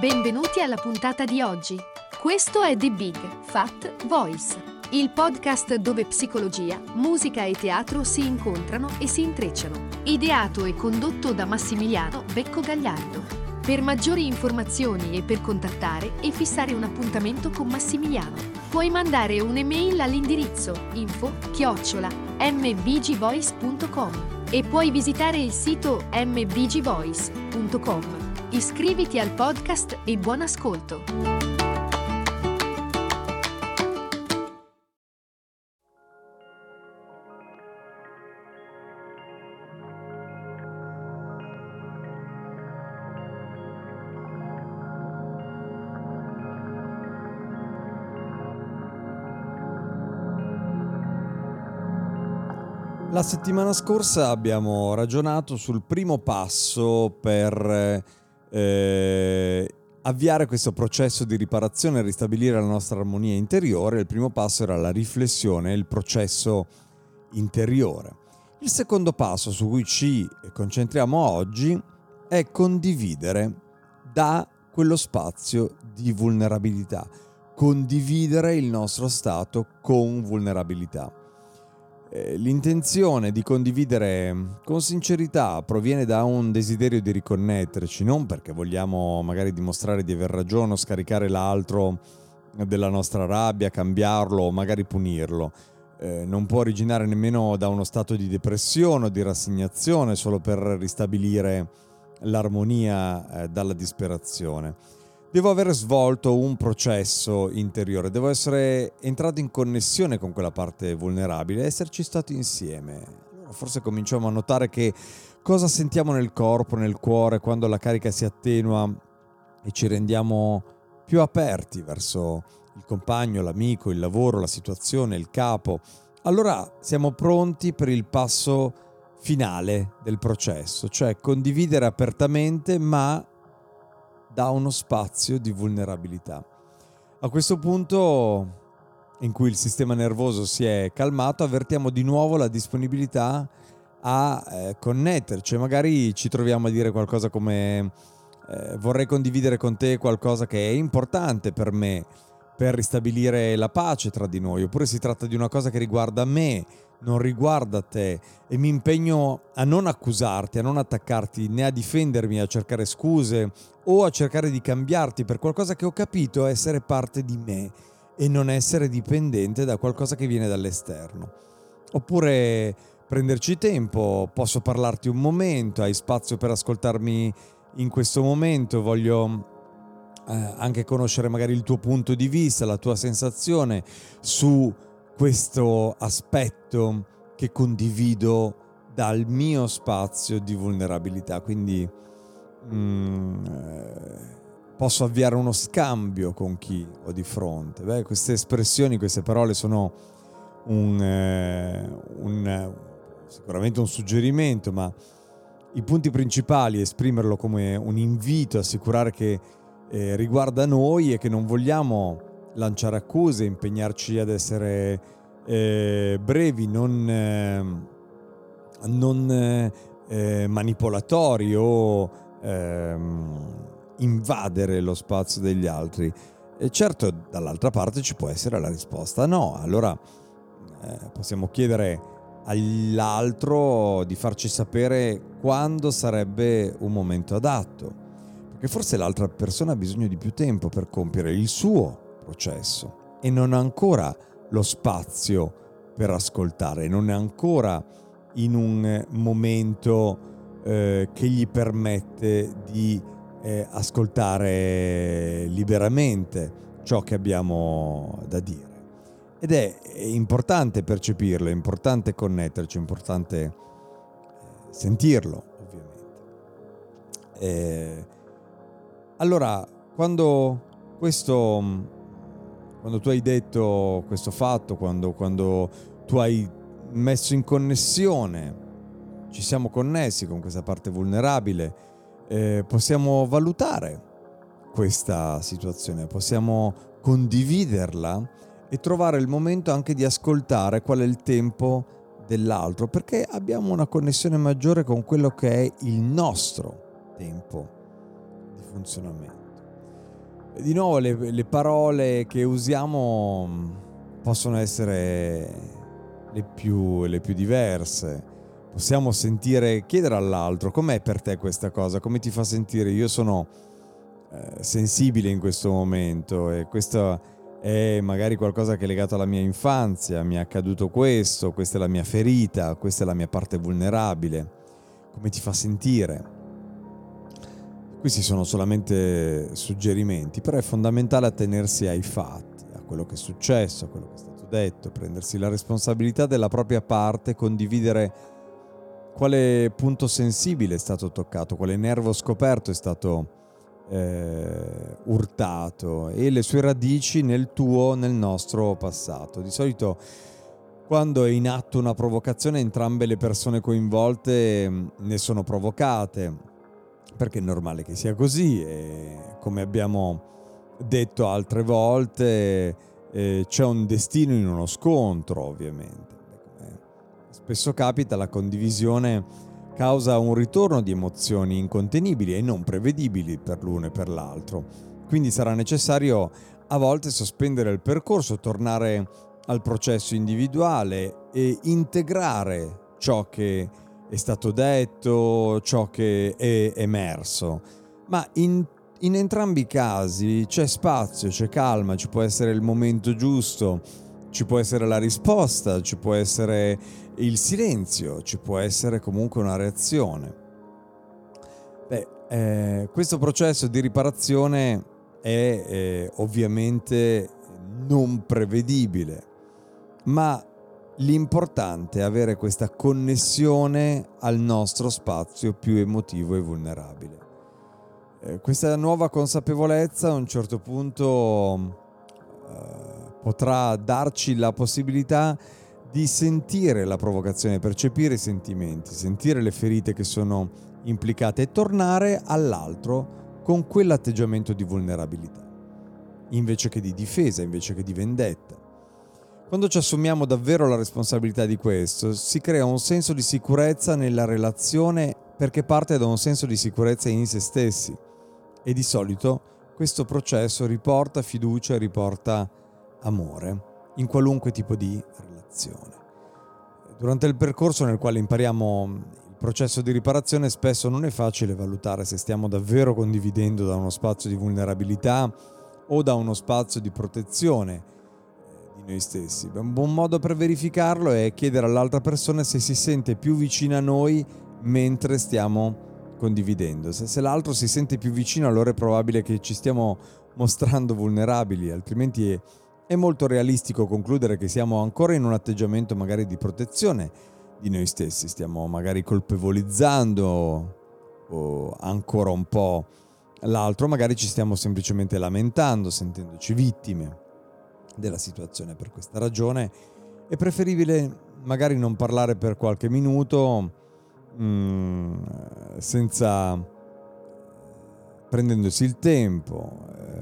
Benvenuti alla puntata di oggi. Questo è The Big Fat Voice, il podcast dove psicologia, musica e teatro si incontrano e si intrecciano. Ideato e condotto da Massimiliano Becco Gagliardo. Per maggiori informazioni e per contattare e fissare un appuntamento con Massimiliano, puoi mandare un'email all'indirizzo info@mbgvoice.com e puoi visitare il sito mbgvoice.com. Iscriviti al podcast e buon ascolto! La settimana scorsa abbiamo ragionato sul primo passo per avviare questo processo di riparazione e ristabilire la nostra armonia interiore. Il primo passo era la riflessione, il processo interiore. Il secondo passo su cui ci concentriamo oggi è condividere da quello spazio di vulnerabilità, condividere il nostro stato con vulnerabilità. L'intenzione di condividere con sincerità proviene da un desiderio di riconnetterci, non perché vogliamo magari dimostrare di aver ragione o scaricare l'altro della nostra rabbia, cambiarlo o magari punirlo. Non può originare nemmeno da uno stato di depressione o di rassegnazione solo per ristabilire l'armonia dalla disperazione. Devo aver svolto un processo interiore, devo essere entrato in connessione con quella parte vulnerabile, esserci stati insieme. Allora forse cominciamo a notare che cosa sentiamo nel corpo, nel cuore, quando la carica si attenua e ci rendiamo più aperti verso il compagno, l'amico, il lavoro, la situazione, il capo. Allora siamo pronti per il passo finale del processo, cioè condividere apertamente ma da uno spazio di vulnerabilità. A questo punto, in cui il sistema nervoso si è calmato, avvertiamo di nuovo la disponibilità a connetterci. Magari ci troviamo a dire qualcosa come vorrei condividere con te qualcosa che è importante per me, per ristabilire la pace tra di noi, oppure si tratta di una cosa che riguarda me, non riguarda te, e mi impegno a non accusarti, a non attaccarti, né a difendermi, a cercare scuse o a cercare di cambiarti per qualcosa che ho capito essere parte di me e non essere dipendente da qualcosa che viene dall'esterno. Oppure prenderci tempo, posso parlarti un momento, hai spazio per ascoltarmi in questo momento, voglio anche conoscere magari il tuo punto di vista, la tua sensazione su questo aspetto che condivido dal mio spazio di vulnerabilità. Quindi posso avviare uno scambio con chi ho di fronte. Queste espressioni, queste parole sono sicuramente un suggerimento, ma i punti principali, esprimerlo come un invito, assicurare che riguarda noi e che non vogliamo lanciare accuse, impegnarci ad essere brevi, non manipolatori o invadere lo spazio degli altri. E certo, dall'altra parte ci può essere la risposta no. Allora possiamo chiedere all'altro di farci sapere quando sarebbe un momento adatto, perché forse l'altra persona ha bisogno di più tempo per compiere il suo processo e non ha ancora lo spazio per ascoltare, non è ancora in un momento che gli permette di ascoltare liberamente ciò che abbiamo da dire. Ed è importante percepirlo, è importante connetterci, è importante sentirlo, ovviamente. Allora, quando tu hai detto questo fatto, quando tu hai messo in connessione, ci siamo connessi con questa parte vulnerabile, possiamo valutare questa situazione, possiamo condividerla e trovare il momento anche di ascoltare qual è il tempo dell'altro, perché abbiamo una connessione maggiore con quello che è il nostro tempo di funzionamento. Di nuovo le parole che usiamo possono essere le più diverse. Possiamo chiedere all'altro: com'è per te questa cosa? Come ti fa sentire? Io sono sensibile in questo momento, e questo è magari qualcosa che è legato alla mia infanzia, mi è accaduto questo, questa è la mia ferita, questa è la mia parte vulnerabile. Come ti fa sentire? Questi sono solamente suggerimenti, però è fondamentale attenersi ai fatti, a quello che è successo, a quello che è stato detto, prendersi la responsabilità della propria parte, condividere quale punto sensibile è stato toccato, quale nervo scoperto è stato urtato, e le sue radici nel nostro passato. Di solito, quando è in atto una provocazione, entrambe le persone coinvolte ne sono provocate, perché è normale che sia così, e come abbiamo detto altre volte, c'è un destino in uno scontro, ovviamente. Come spesso capita, la condivisione causa un ritorno di emozioni incontenibili e non prevedibili per l'uno e per l'altro. Quindi sarà necessario a volte sospendere il percorso, tornare al processo individuale e integrare ciò che è stato detto, ciò che è emerso. Ma in entrambi i casi c'è spazio, c'è calma, ci può essere il momento giusto, ci può essere la risposta, ci può essere il silenzio, ci può essere comunque una reazione. Questo processo di riparazione è ovviamente non prevedibile, ma l'importante è avere questa connessione al nostro spazio più emotivo e vulnerabile. Questa nuova consapevolezza a un certo punto potrà darci la possibilità di sentire la provocazione, percepire i sentimenti, sentire le ferite che sono implicate e tornare all'altro con quell'atteggiamento di vulnerabilità, invece che di difesa, invece che di vendetta. Quando ci assumiamo davvero la responsabilità di questo, si crea un senso di sicurezza nella relazione, perché parte da un senso di sicurezza in se stessi, e di solito questo processo riporta fiducia e riporta amore in qualunque tipo di relazione. Durante il percorso nel quale impariamo il processo di riparazione, spesso non è facile valutare se stiamo davvero condividendo da uno spazio di vulnerabilità o da uno spazio di protezione di noi stessi. Un buon modo per verificarlo è chiedere all'altra persona se si sente più vicina a noi mentre stiamo condividendo. Se l'altro si sente più vicino, allora è probabile che ci stiamo mostrando vulnerabili, altrimenti è molto realistico concludere che siamo ancora in un atteggiamento magari di protezione di noi stessi, stiamo magari colpevolizzando o ancora un po' l'altro, magari ci stiamo semplicemente lamentando, sentendoci vittime della situazione. Per questa ragione è preferibile magari non parlare per qualche minuto, prendendosi il tempo,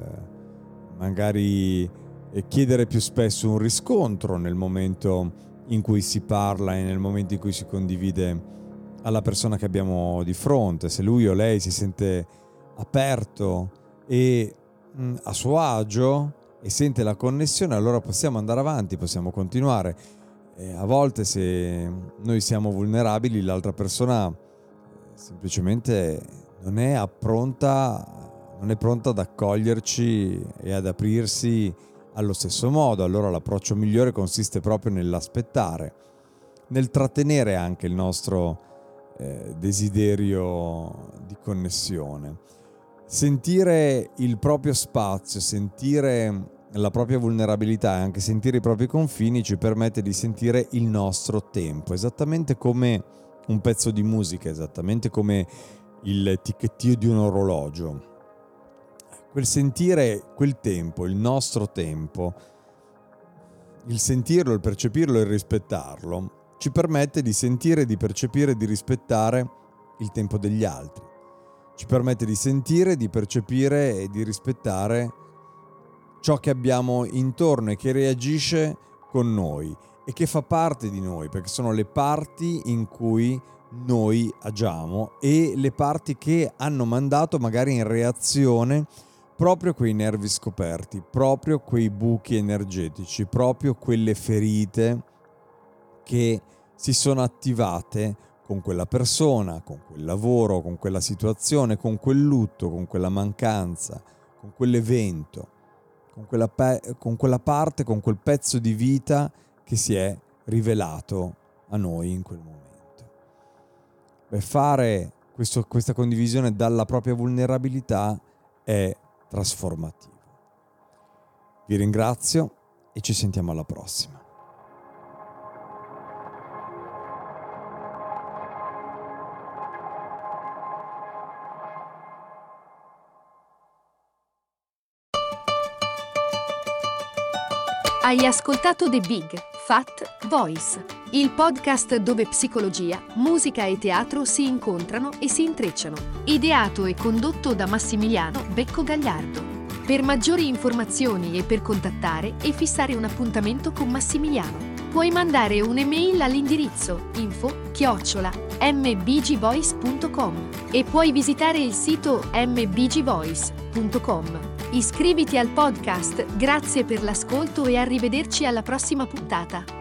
magari chiedere più spesso un riscontro nel momento in cui si parla e nel momento in cui si condivide alla persona che abbiamo di fronte. Se lui o lei si sente aperto e a suo agio e sente la connessione, allora possiamo andare avanti, possiamo continuare. A volte, se noi siamo vulnerabili, l'altra persona semplicemente non è pronta ad accoglierci e ad aprirsi allo stesso modo. Allora l'approccio migliore consiste proprio nell'aspettare, nel trattenere anche il nostro desiderio di connessione. Sentire il proprio spazio, sentire la propria vulnerabilità e anche sentire i propri confini ci permette di sentire il nostro tempo, esattamente come un pezzo di musica, esattamente come il ticchettio di un orologio. Quel sentire quel tempo, il nostro tempo, il sentirlo, il percepirlo e il rispettarlo, ci permette di sentire, di percepire e di rispettare il tempo degli altri. Ci permette di sentire, di percepire e di rispettare ciò che abbiamo intorno e che reagisce con noi e che fa parte di noi, perché sono le parti in cui noi agiamo e le parti che hanno mandato magari in reazione proprio quei nervi scoperti, proprio quei buchi energetici, proprio quelle ferite che si sono attivate con quella persona, con quel lavoro, con quella situazione, con quel lutto, con quella mancanza, con quell'evento, con quella parte, con quel pezzo di vita che si è rivelato a noi in quel momento. Fare questa condivisione dalla propria vulnerabilità è trasformativo. Vi ringrazio e ci sentiamo alla prossima. Hai ascoltato The Big Fat Voice, il podcast dove psicologia, musica e teatro si incontrano e si intrecciano. Ideato e condotto da Massimiliano Becco Gagliardo. Per maggiori informazioni e per contattare e fissare un appuntamento con Massimiliano, puoi mandare un'email all'indirizzo info@mbgvoice.com e puoi visitare il sito mbgvoice.com. Iscriviti al podcast, grazie per l'ascolto e arrivederci alla prossima puntata.